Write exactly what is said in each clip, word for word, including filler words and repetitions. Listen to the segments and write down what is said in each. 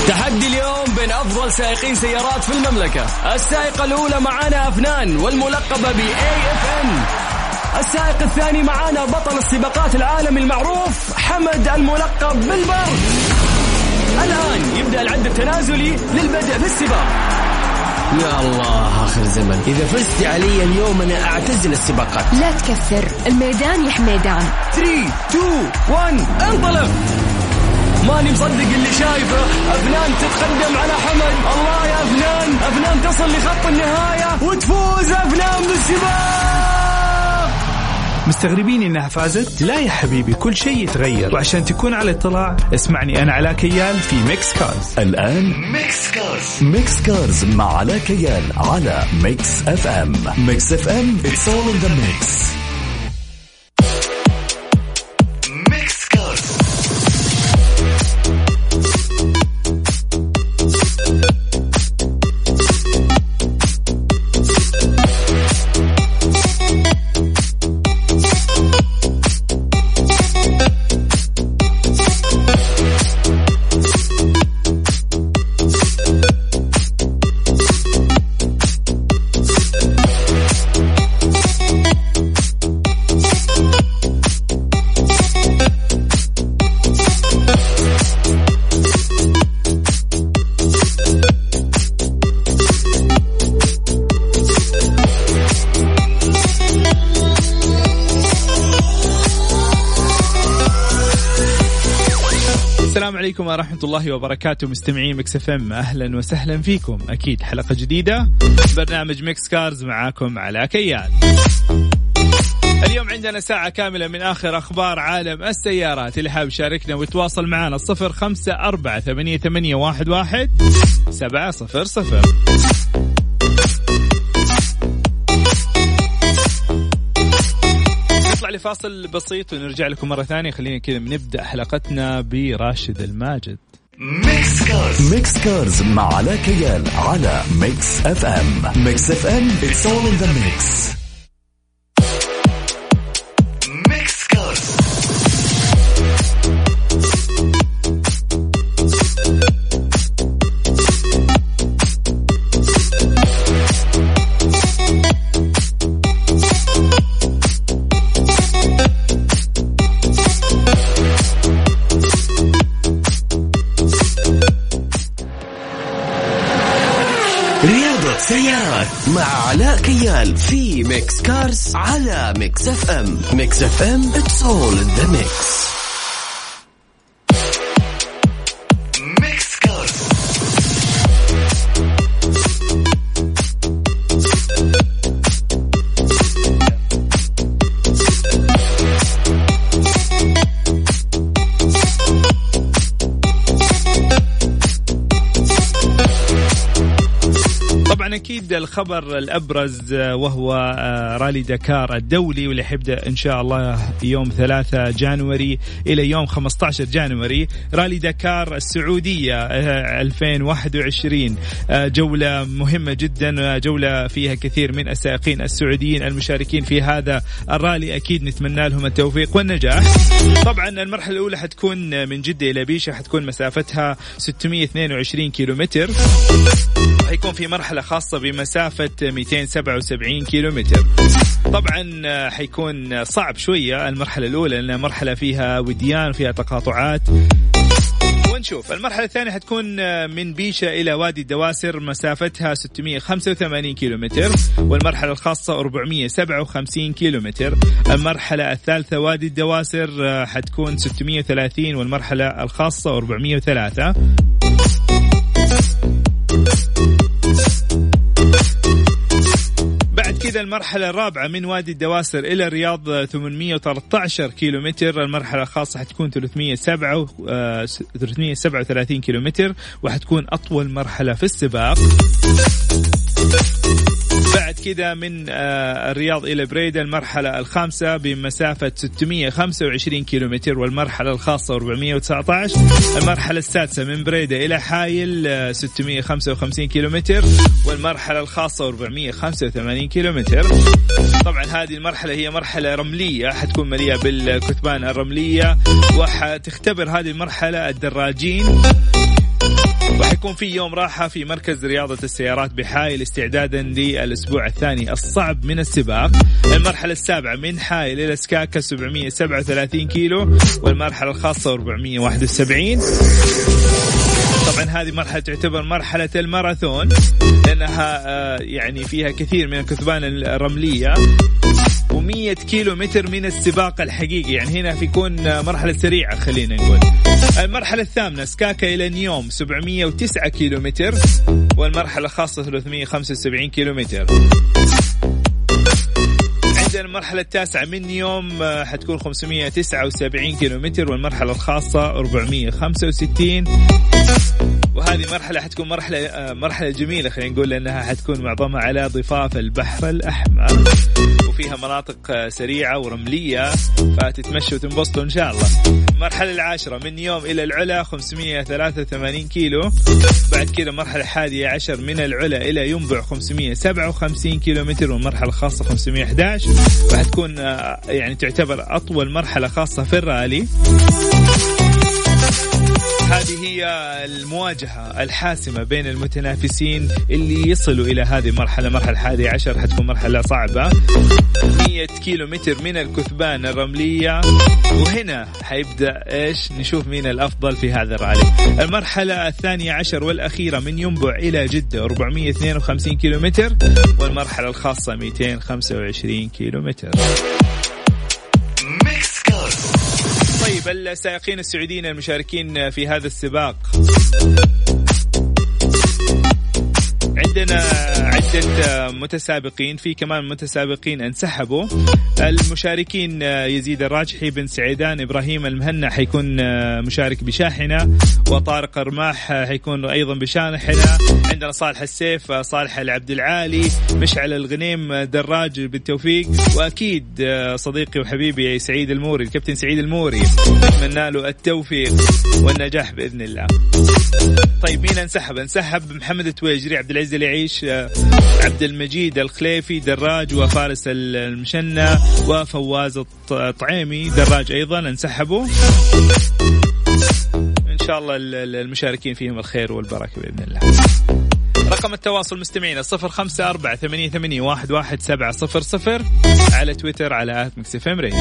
تحدي اليوم بين أفضل سائقين سيارات في المملكة. السائقة الأولى معانا أفنان والملقبة ب إيه إف إن. السائق الثاني معانا بطل السباقات العالمي المعروف حمد الملقب بالبر. الآن يبدأ العد التنازلي للبدء في السباق. يا الله آخر زمن، إذا فزت علي اليوم أنا أعتزل السباقات. لا تكثر، الميدان يا حميدان. ثلاثة اثنين واحد انطلق. ماني مصدق اللي شايفه. أفنان تتقدم على حمد. الله يا أفنان، أفنان تصل لخط النهاية وتفوز أفنان بالسباق. مستغربين إنها فازت؟ لا يا حبيبي، كل شيء يتغير، وعشان تكون على اطلاع اسمعني أنا علاء كيال في ميكس كارز. الآن ميكس كارز. ميكس كارز مع علاء كيال على ميكس اف ام. ميكس اف ام it's all in the mix. ميكس كارز. السلام عليكم ورحمة الله وبركاته مستمعين ميكس اف ام، أهلا وسهلا فيكم. أكيد حلقة جديدة برنامج ميكس كارز معاكم علاء كيال. اليوم عندنا ساعة كاملة من آخر أخبار عالم السيارات. اللي حاب يشاركنا ويتواصل معنا الصفر خمسة أربعة ثمانية ثمانية واحد واحد سبعة صفر صفر. نطلع لفاصل بسيط ونرجع لكم مرة ثانية. خلينا كذا نبدأ حلقتنا براشد الماجد. ميكس كارز. ميكس كارز مع علاء كيال على ميكس اف ام. ميكس اف ام it's all in the mix. ميكس كارز. رياضة سيارات مع علاء كيال في ميكس كارز على ميكس اف ام. ميكس اف ام it's all in the mix. ميكس كارز. طبعا أكيد الخبر الأبرز وهو رالي دكار الدولي، واللي حيبدأ إن شاء الله يوم ثلاثة جانوري إلى يوم خمسة عشر جانوري. رالي دكار السعودية ألفين وواحد وعشرين جولة مهمة جدا، جولة فيها كثير من السائقين السعوديين المشاركين في هذا الرالي. أكيد نتمنى لهم التوفيق والنجاح. طبعا المرحلة الأولى حتكون من جدة إلى بيشة، حتكون مسافتها ستمائة واثنين وعشرين كيلومتر. حيكون في مرحلة خاصة بمسافة مئتين وسبعة وسبعين كيلومتر. طبعا حيكون صعب شوية المرحلة الأولى لأنها مرحلة فيها وديان فيها تقاطعات. ونشوف المرحلة الثانية حتكون من بيشة إلى وادي الدواسر، مسافتها ستمائة وخمسة وثمانين كيلومتر، والمرحلة الخاصة أربعمائة وسبعة وخمسين كيلومتر. المرحلة الثالثة وادي الدواسر حتكون ستمائة وثلاثين، والمرحلة الخاصة أربعمائة وثلاثة. بعد كذا المرحلة الرابعة من وادي الدواسر إلى الرياض ثمانمائة وثلاثة عشر كيلومتر. المرحلة الخاصة حتكون ثلاثمائة وسبعة وثلاثين كيلومتر، وحتكون أطول مرحلة في السباق. بعد كذا من الرياض إلى بريدة المرحلة الخامسة بمسافة ستمائة وخمسة وعشرين كيلومتر، والمرحلة الخاصة أربعمائة وتسعة عشر. المرحلة السادسة من بريدة إلى حايل ستمائة وخمسة وخمسين كيلومتر، والمرحلة الخاصة أربعمائة وخمسة وثمانين كيلومتر. طبعا هذه المرحلة هي مرحلة رملية، حتكون مليئة بالكثبان الرملية، وحتختبر هذه المرحلة الدراجين وحيكون في يوم راحة في مركز رياضة السيارات بحائل استعدادا للأسبوع الثاني الصعب من السباق. المرحلة السابعة من حائل إلى سكاكا سبعمية وسبعة وثلاثين كيلو، والمرحلة الخاصة أربعمية وواحد وسبعين. طبعا هذه مرحلة تعتبر مرحلة الماراثون لأنها يعني فيها كثير من الكثبان الرملية ومية كيلو متر من السباق الحقيقي، يعني هنا فيكون مرحلة سريعة خلينا نقول. المرحلة الثامنة سكاكا إلى نيوم سبعمية وتسعة كيلو متر، والمرحلة الخاصة ثلاثمية وخمسة وسبعين كيلو متر. عندنا المرحلة التاسعة من نيوم حتكون خمسمية وتسعة وسبعين كيلو متر، والمرحلة الخاصة أربعمية وخمسة وستين. وهذه مرحلة حتكون مرحلة مرحلة جميلة خلينا نقول لأنها حتكون معظمها على ضفاف البحر الأحمر وفيها مناطق سريعة ورملية فتتمشوا وتنبسطوا إن شاء الله. المرحلة العاشرة من يوم إلى العلا خمسمية وثلاثة وثمانين كيلو. بعد كده مرحلة الحادية عشر من العلا إلى ينبع خمسمية وسبعة وخمسين كيلو متر، والمرحلة الخاصة خمسمية وأحد عشر، وحتكون يعني تعتبر أطول مرحلة خاصة في الرالي. هذه هي المواجهة الحاسمة بين المتنافسين اللي يصلوا إلى هذه المرحلة. مرحلة الحادية عشر حتكون مرحلة صعبة، مية كيلو متر من الكثبان الرملية، وهنا حيبدأ إيش نشوف مين الأفضل في هذا الرالي. المرحلة الثانية عشر والأخيرة من ينبع إلى جدة أربعمية واثنين وخمسين كيلو متر، والمرحلة الخاصة مئتين وخمسة وعشرين كيلو متر. طيب السائقين السعوديين المشاركين في هذا السباق عندنا عدة متسابقين، في كمان متسابقين انسحبوا. المشاركين يزيد الراجحي، بن سعيدان، إبراهيم المهنا حيكون مشارك بشاحنة، وطارق الرماح حيكون أيضا بشاحنة. عندنا صالح السيف، صالح العبد العالي، مشعل الغنيم، دراج بالتوفيق، وأكيد صديقي وحبيبي سعيد الموري، الكابتن سعيد الموري، نتمنى له التوفيق والنجاح بإذن الله. طيب مين انسحب؟ انسحب محمد التويجري، عبد العزيز اللي يعيش، عبد المجيد الخليفي دراج، وفارس المشنة، وفواز الطعيمي دراج أيضا انسحبوا. إن شاء الله المشاركين فيهم الخير والبركة بإذن الله. رقم التواصل مستمعين صفر خمسة أربعة ثمانية ثمانية واحد واحد سبعة صفر صفر، على تويتر على آت ميكس إف إم راديو.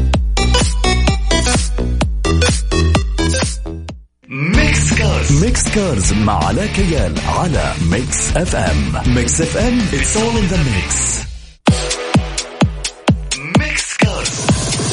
ميكس كارز ميكس كارز مع علاء كيال على ميكس اف ام. ميكس اف ام it's all in the mix. ميكس كارز.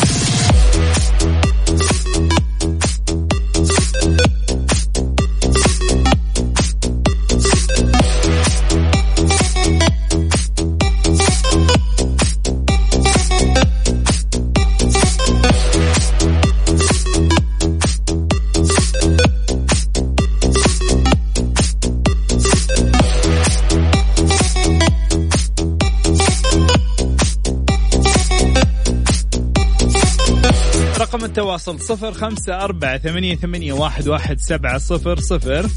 رقم التواصل صفر خمسة أربعة ثمانية ثمانية واحد واحد سبعة صفر صفر.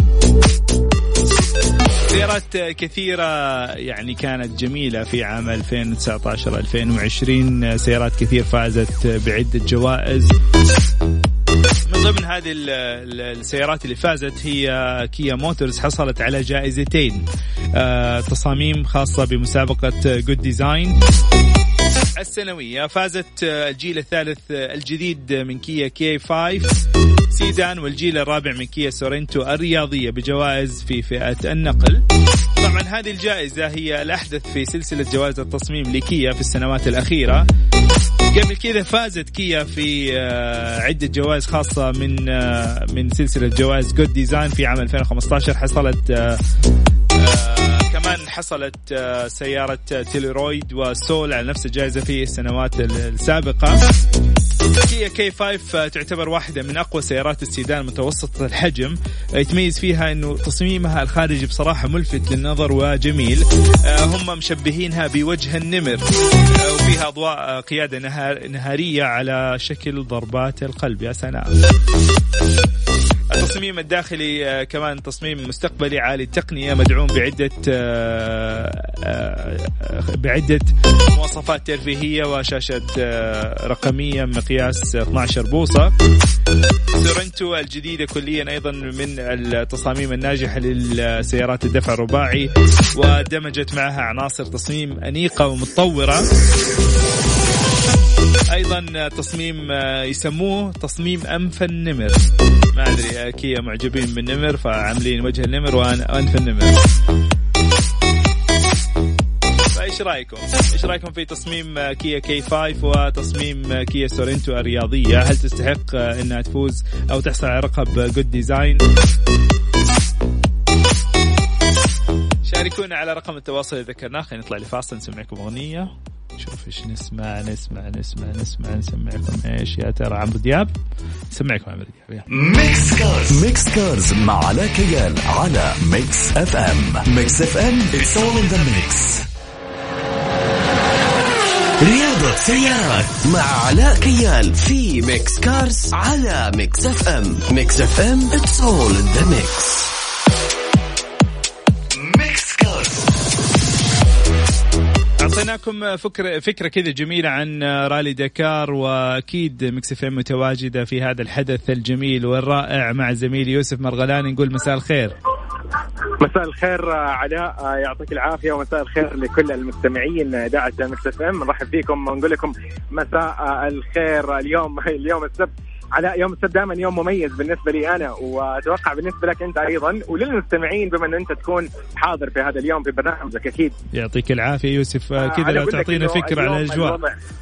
سيارات كثيرة يعني كانت جميلة في عام ألفين وتسعة عشر ألفين وعشرين، سيارات كثير فازت بعدة جوائز. من ضمن هذه السيارات اللي فازت هي كيا موتورز، حصلت على جائزتين تصاميم خاصة بمسابقة جود ديزاين السنوية. فازت الجيل الثالث الجديد من كيا كي خمسة سيدان، والجيل الرابع من كيا سورنتو الرياضية بجوائز في فئة النقل. طبعا هذه الجائزة هي الأحدث في سلسلة جوائز التصميم لكيا في السنوات الأخيرة. قبل كذا فازت كيا في عدة جوائز خاصة من من سلسلة جوائز جود ديزاين في عام ألفين وخمسة عشر. حصلت كمان حصلت سيارة تيليرويد وسول على نفس الجائزة في السنوات السابقة. كيا كي خمسة تعتبر واحدة من أقوى سيارات السيدان متوسطة الحجم، يتميز فيها أنه تصميمها الخارجي بصراحة ملفت للنظر وجميل. هم مشبهينها بوجه النمر، وفيها أضواء قيادة نهارية على شكل ضربات القلب. يا سلام. التصميم الداخلي كمان تصميم مستقبلي عالي التقنية، مدعوم بعدة بعدة مواصفات ترفيهية وشاشة رقمية مقياس اثنا عشر بوصة. سورنتو الجديدة كليا أيضا من التصاميم الناجحة للسيارات الدفع الرباعي، ودمجت معها عناصر تصميم أنيقة ومتطورة. أيضا تصميم يسموه تصميم أنف النمر، ما أدري كيا معجبين بالنمر فعاملين وجه النمر وأنف النمر. إيش رأيكم؟ إيش رأيكم في تصميم كيا كي خمسة وتصميم كيا سورنتو الرياضية؟ هل تستحق أنها تفوز أو تحصل على لقب جود ديزاين؟ شاركونا على رقم التواصل اللي ذكرناه. خلينا نطلع لفاصل نسمعكم أغنية، شوف إيش نسمع نسمع نسمع نسمع نسمعكم إيش يا ترى. عمرو دياب، سمعكم عمرو دياب. ميكس كارز ميكس كارز مع علاء كيال على ميكس اف ام. ميكس اف ام it's all in the mix. رياضة سيارات مع علاء كيال في ميكس كارز على ميكس اف ام. ميكس اف ام it's all in the mix. ميكس كارز. أعطيناكم فكرة فكرة كذا جميلة عن رالي دكار، وأكيد ميكس اف ام متواجدة في هذا الحدث الجميل والرائع مع زميلي يوسف مرغلاني. نقول مساء الخير. مساء الخير علاء، يعطيك العافية، ومساء الخير لكل المستمعين إذاعة ميكس اف ام. نرحب فيكم ونقول لكم مساء الخير. اليوم اليوم السبت علاء، يوم السبت دائما يوم مميز بالنسبة لي أنا، وأتوقع بالنسبة لك أنت أيضا وللمستمعين بما أن أنت تكون حاضر في هذا اليوم في برنامجك. أكيد يعطيك العافية يوسف. كذا لو تعطينا فكرة على الأجواء.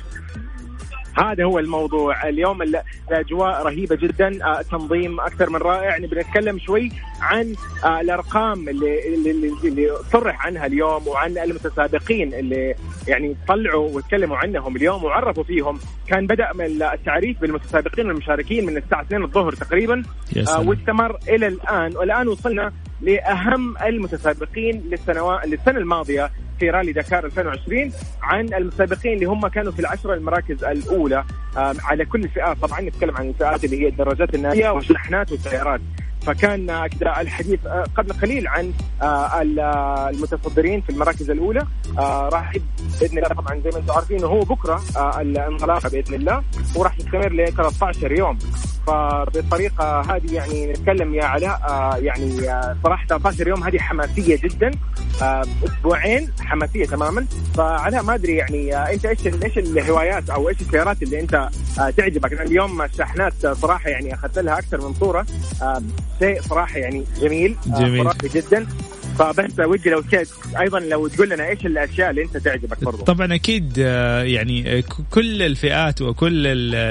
هذا هو الموضوع اليوم. الأجواء رهيبة جدا، تنظيم أكثر من رائع. نبي نتكلم شوي عن الأرقام اللي, اللي, اللي صرح عنها اليوم، وعن المتسابقين اللي يعني طلعوا وتكلموا عنهم اليوم وعرفوا فيهم. كان بدأ من التعريف بالمتسابقين والمشاركين من الساعة اثنين الظهر تقريبا، واستمر إلى الآن. والآن وصلنا لأهم المتسابقين للسنوات للسنة الماضية في رالي دكار ألفين وعشرين، عن المسابقين اللي هم كانوا في العشرة المراكز الأولى على كل الفئات. طبعا نتكلم عن الفئات اللي هي الدراجات النارية والشاحنات والسيارات. فكان كده الحديث قبل قليل عن المتصدرين في المراكز الأولى. راح بإذن الله طبعا زي ما انتم عارفين هو بكرة الانطلاقة بإذن الله، وراح تستمر ل ثلاثة عشر يوم. فبالطريقة هذه يعني نتكلم يا علاء يعني صراحة ثلاثة عشر يوم هذه حماسية جدا، أسبوعين حماسية تماما. فعلاء ما أدري يعني أنت إيش إيش الهوايات أو إيش السيارات اللي أنت تعجبك؟ اليوم الشاحنات صراحة يعني أخذت لها أكثر من صورة، شيء صراحة يعني جميل جميل جدا. فبس ودي لو كنت أيضا لو تقول لنا إيش الأشياء اللي أنت تعجبك برضو. طبعا أكيد يعني كل الفئات وكل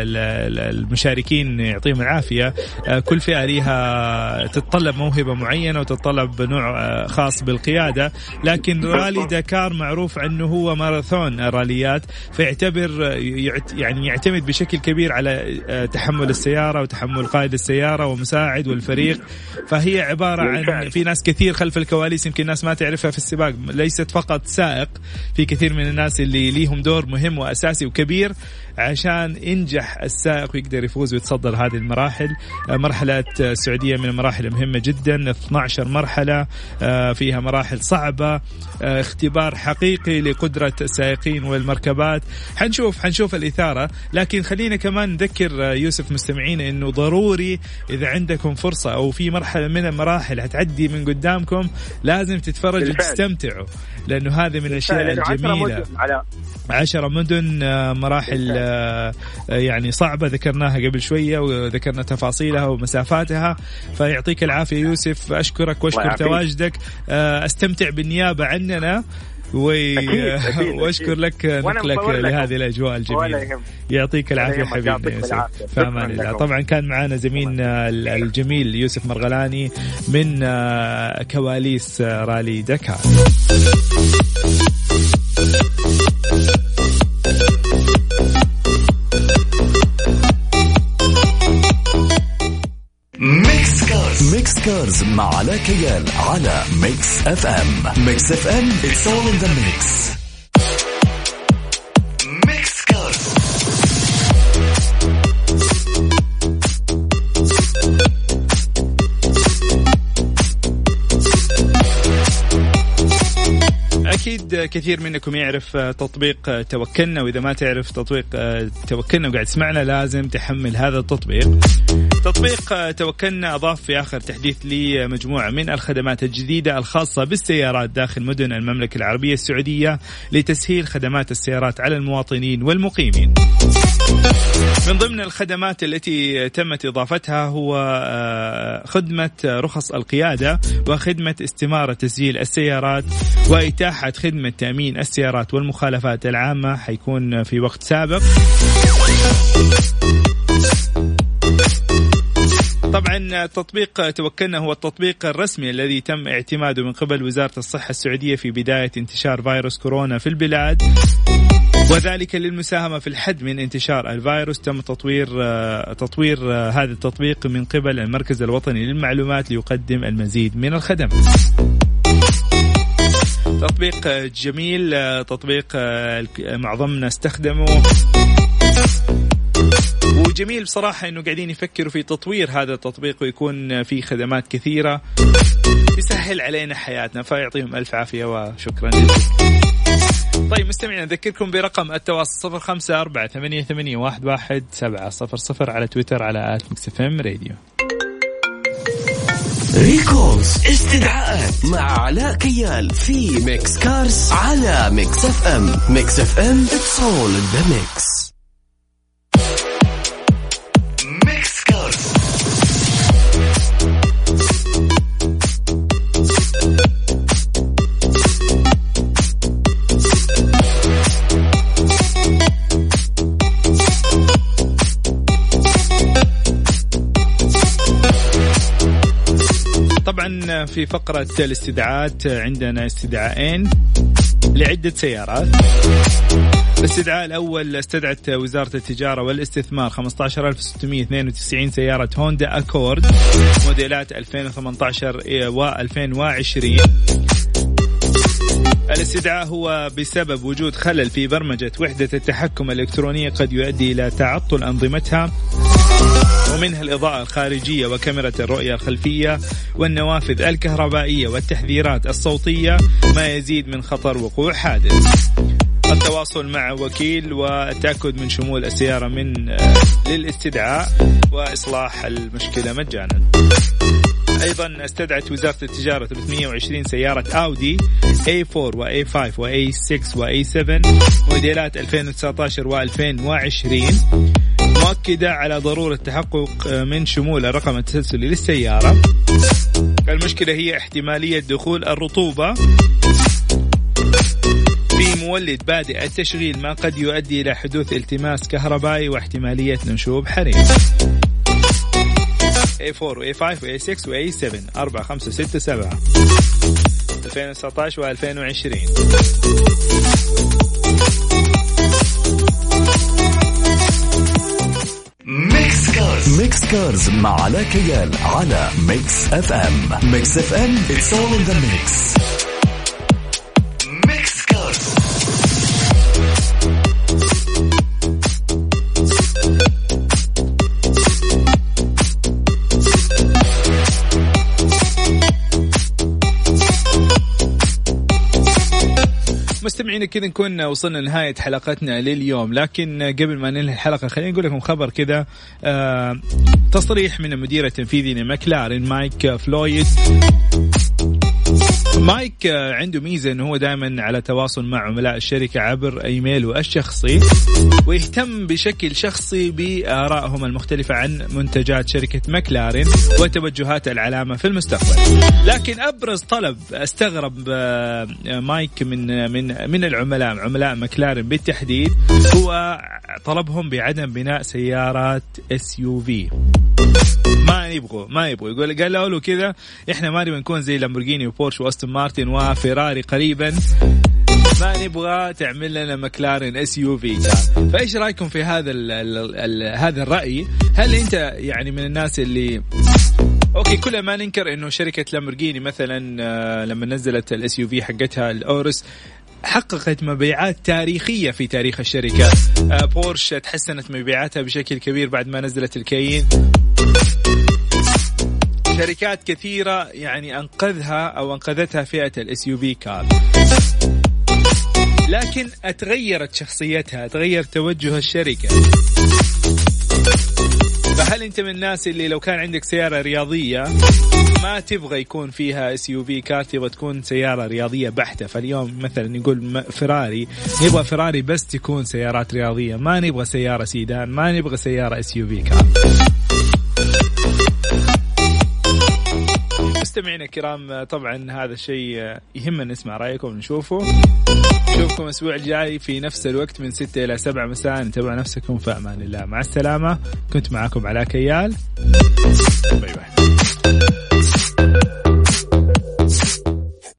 المشاركين يعطيهم العافية، كل فئة لها تتطلب موهبة معينة وتتطلب نوع خاص بالقيادة. لكن رالي دكار معروف عنه هو ماراثون راليات، فيعتبر يعني يعتمد بشكل كبير على تحمل السيارة وتحمل قائد السيارة ومساعد والفريق. فهي عبارة عن في ناس كثير خلف الكواليس يمكن الناس ما تعرفها في السباق، ليست فقط سائق، في كثير من الناس اللي ليهم دور مهم وأساسي وكبير عشان ينجح السائق ويقدر يفوز ويتصدر هذه المراحل. مرحلة السعودية من المراحل المهمة جدا، اثنا عشر مرحلة فيها مراحل صعبة، اختبار حقيقي لقدرة السائقين والمركبات. حنشوف حنشوف الإثارة. لكن خلينا كمان نذكر يوسف مستمعين إنه ضروري إذا عندكم فرصة أو في مرحلة من المراحل هتعدي من قدامكم لازم تتفرجوا وتستمتعوا، لأنه هذه من الأشياء الجميلة. عشرة مدن، مراحل يعني صعبة ذكرناها قبل شوية وذكرنا تفاصيلها ومسافاتها. فيعطيك العافية يوسف، أشكرك وأشكر تواجدك، أستمتع بالنيابة عننا وأشكر لك نقلك لهذه الأجواء الجميلة. يعطيك العافية حبيبنا يوسف، فأمان الله. طبعا كان معنا زميلنا الجميل يوسف مرغلاني من كواليس رالي دكار. ميكس كارز ميكس كارز مع علاء كيال على ميكس اف ام. ميكس اف ام it's all in the mix. ميكس كارز. أكيد كثير منكم يعرف تطبيق توكلنا، وإذا ما تعرف تطبيق توكلنا وقاعد تسمعنا لازم تحمل هذا التطبيق. تطبيق توكلنا أضاف في آخر تحديث لي مجموعة من الخدمات الجديدة الخاصة بالسيارات داخل مدن المملكة العربية السعودية لتسهيل خدمات السيارات على المواطنين والمقيمين. من ضمن الخدمات التي تمت إضافتها هو خدمة رخص القيادة وخدمة استمارة تسجيل السيارات وإتاحة خدمة تأمين السيارات والمخالفات العامة حيكون في وقت سابق. طبعا تطبيق توكلنا هو التطبيق الرسمي الذي تم اعتماده من قبل وزارة الصحة السعودية في بداية انتشار فيروس كورونا في البلاد، وذلك للمساهمة في الحد من انتشار الفيروس. تم تطوير تطوير هذا التطبيق من قبل المركز الوطني للمعلومات ليقدم المزيد من الخدمات. تطبيق جميل، تطبيق معظمنا استخدمه، وجميل بصراحة إنه قاعدين يفكروا في تطوير هذا التطبيق ويكون في خدمات كثيرة يسهل علينا حياتنا، فيعطيهم ألف عافية وشكرا جزيلا. طيب مستمعين، أذكركم برقم التواصل صفر خمسة أربعة ثمانية ثمانية واحد واحد سبعة صفر صفر على تويتر على آت ميكس إف إم راديو. ريكولز استدعاءات مع علاء كيال في ميكس كارز على ميكس إف إم. ميكس إف إم it's all in the mix. ميكس كارز. طبعا في فقرة الاستدعاءات عندنا استدعاءين لعدة سيارات. الاستدعاء الأول استدعت وزارة التجارة والاستثمار خمسة عشر ألف وستمائة واثنين وتسعين سيارة هوندا أكورد موديلات ألفين وثمانية عشر وألفين وعشرين. الاستدعاء هو بسبب وجود خلل في برمجة وحدة التحكم الإلكترونية قد يؤدي إلى تعطل أنظمتها، ومنها الإضاءة الخارجية وكاميرا الرؤية الخلفية والنوافذ الكهربائية والتحذيرات الصوتية، ما يزيد من خطر وقوع حادث. التواصل مع وكيل والتأكد من شمول السيارة من للاستدعاء وإصلاح المشكلة مجانا. أيضا استدعت وزارة التجارة ثلاثمائة وعشرين سيارة أودي إيه فور وإيه فايف وإيه سكس وإيه سفن موديلات ألفين وتسعة عشر وألفين وعشرين، مؤكدة على ضرورة التحقق من شمول الرقم التسلسلي للسيارة. المشكلة هي احتمالية دخول الرطوبة في مولد بادئ التشغيل، ما قد يؤدي إلى حدوث التماس كهربائي واحتمالية نشوب حريق. إيه فور وإيه فايف وإيه سكس وإيه سفن أربعة خمسة ستة سبعة ألفين وتسعة عشر وألفين وعشرين. ميكس كارز. ميكس كارز مع علاء كيال على ميكس اف ام. ميكس اف ام it's all in the mix. ميكس كارز. مستمعين كذا نكون وصلنا لنهاية حلقتنا لليوم، لكن قبل ما ننهي الحلقة خلينا نقول لكم خبر كذا. آه تصريح من المدير التنفيذي لمكلارين مايك فلويد. مايك عنده ميزة أنه هو دائما على تواصل مع عملاء الشركة عبر إيميله الشخصي، ويهتم بشكل شخصي بآرائهم المختلفة عن منتجات شركة مكلارين وتوجهات العلامة في المستقبل. لكن أبرز طلب استغرب مايك من من من العملاء عملاء مكلارين بالتحديد هو طلبهم بعدم بناء سيارات إس يو في. ما يبغوا ما يبغوا يقول قال له كذا احنا ما نبغى نكون زي لامبورغيني وبورش واستون مارتن وفيراري قريبا، ما نبغى تعمل لنا مكلارين اس يو في. فايش رايكم في هذا ال ال ال هذا الراي؟ هل انت يعني من الناس اللي اوكي كل ما ننكر انه شركه لامبورغيني مثلا لما نزلت الاس يو في حقتها الاورس حققت مبيعات تاريخية في تاريخ الشركة، بورش تحسنت مبيعاتها بشكل كبير بعد ما نزلت الكاين، شركات كثيرة يعني أنقذها أو أنقذتها فئة الاس يو في كار. لكن اتغيرت شخصيتها، تغير توجه الشركة. فهل انت من الناس اللي لو كان عندك سيارة رياضية ما تبغى يكون فيها اس يو في كار، تبغى تكون سيارة رياضية بحتة؟ فاليوم مثلا نقول فيراري، نبغى فيراري بس تكون سيارات رياضية، ما نبغى سيارة سيدان، ما نبغى سيارة اس يو في كار. مستمعينا الكرام، طبعا هذا الشيء يهمنا نسمع رأيكم ونشوفه. نشوفكم الأسبوع الجاي في نفس الوقت من ستة إلى سبعة مساء. تابعوا نفسكم في أمان الله. مع السلامة. كنت معكم علاء كيال. باي باي.